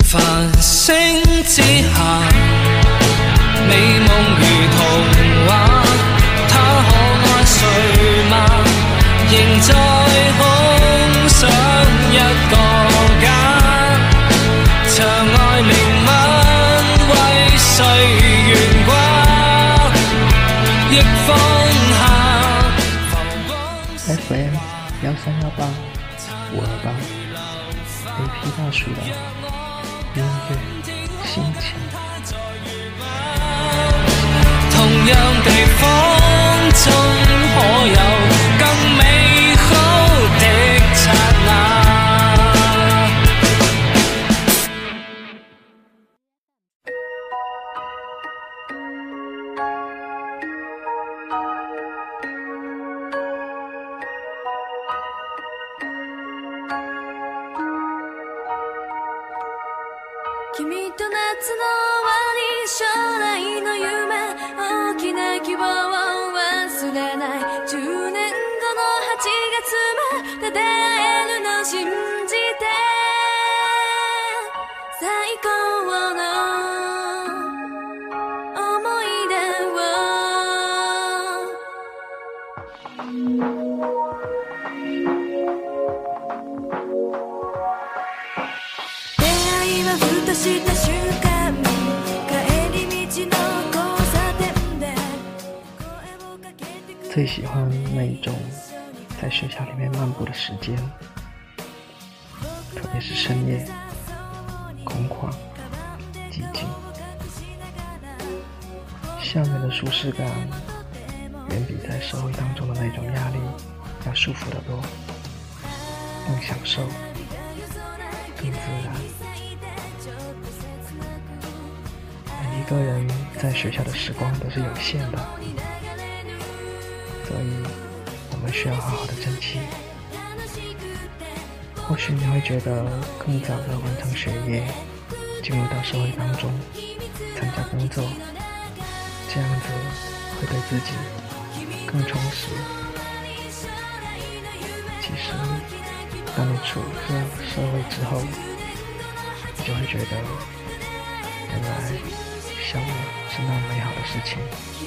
繁星之下，美夢如童話，他可愛誰嗎？仍在空想一個家，長愛靈吻為誰懸掛，亦放下浮光。 FM 1318 528 AP 大叔的音乐心情。 同樣地方中可有更美好的剎那。 君と夏の終わり、将来の夢、大きな希望を忘れない。10年後の8月まで出会えるの信じて、最高の思い出を。出会いはふとした瞬間、帰り道の交差点で声をかけてくる。 最喜欢那一种在学校里面漫步的时间，特别是深夜，空旷寂静，校园的舒适感远比在社会当中的那种压力要舒服得多，更享受，更自然。每一个人在学校的时光都是有限的，所以我们需要好好的珍惜。或许你会觉得更早的完成学业，进入到社会当中，参加工作，这样子会对自己更充实。其实当你出了社会之后，你就会觉得原来校园是那么美好的事情。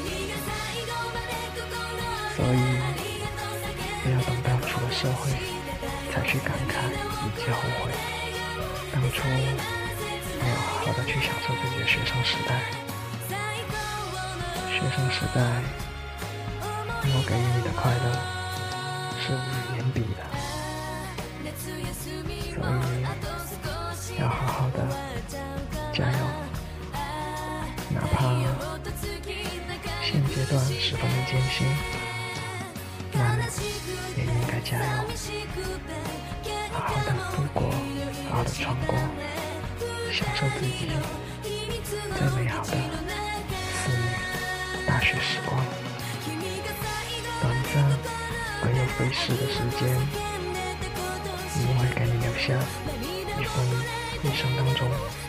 所以不要等到出了社会才去感慨以及后悔当初没有好好的去享受自己的学生时代。学生时代能够给予你的快乐是无与伦比的，所以要好好的加油，哪怕现阶段十分的艰辛，那你也应该加油，好好的度过，好好的闯过，享受自己最美好的4年大学时光。短暂而又飞逝的时间，一定会给你留下一份一生当中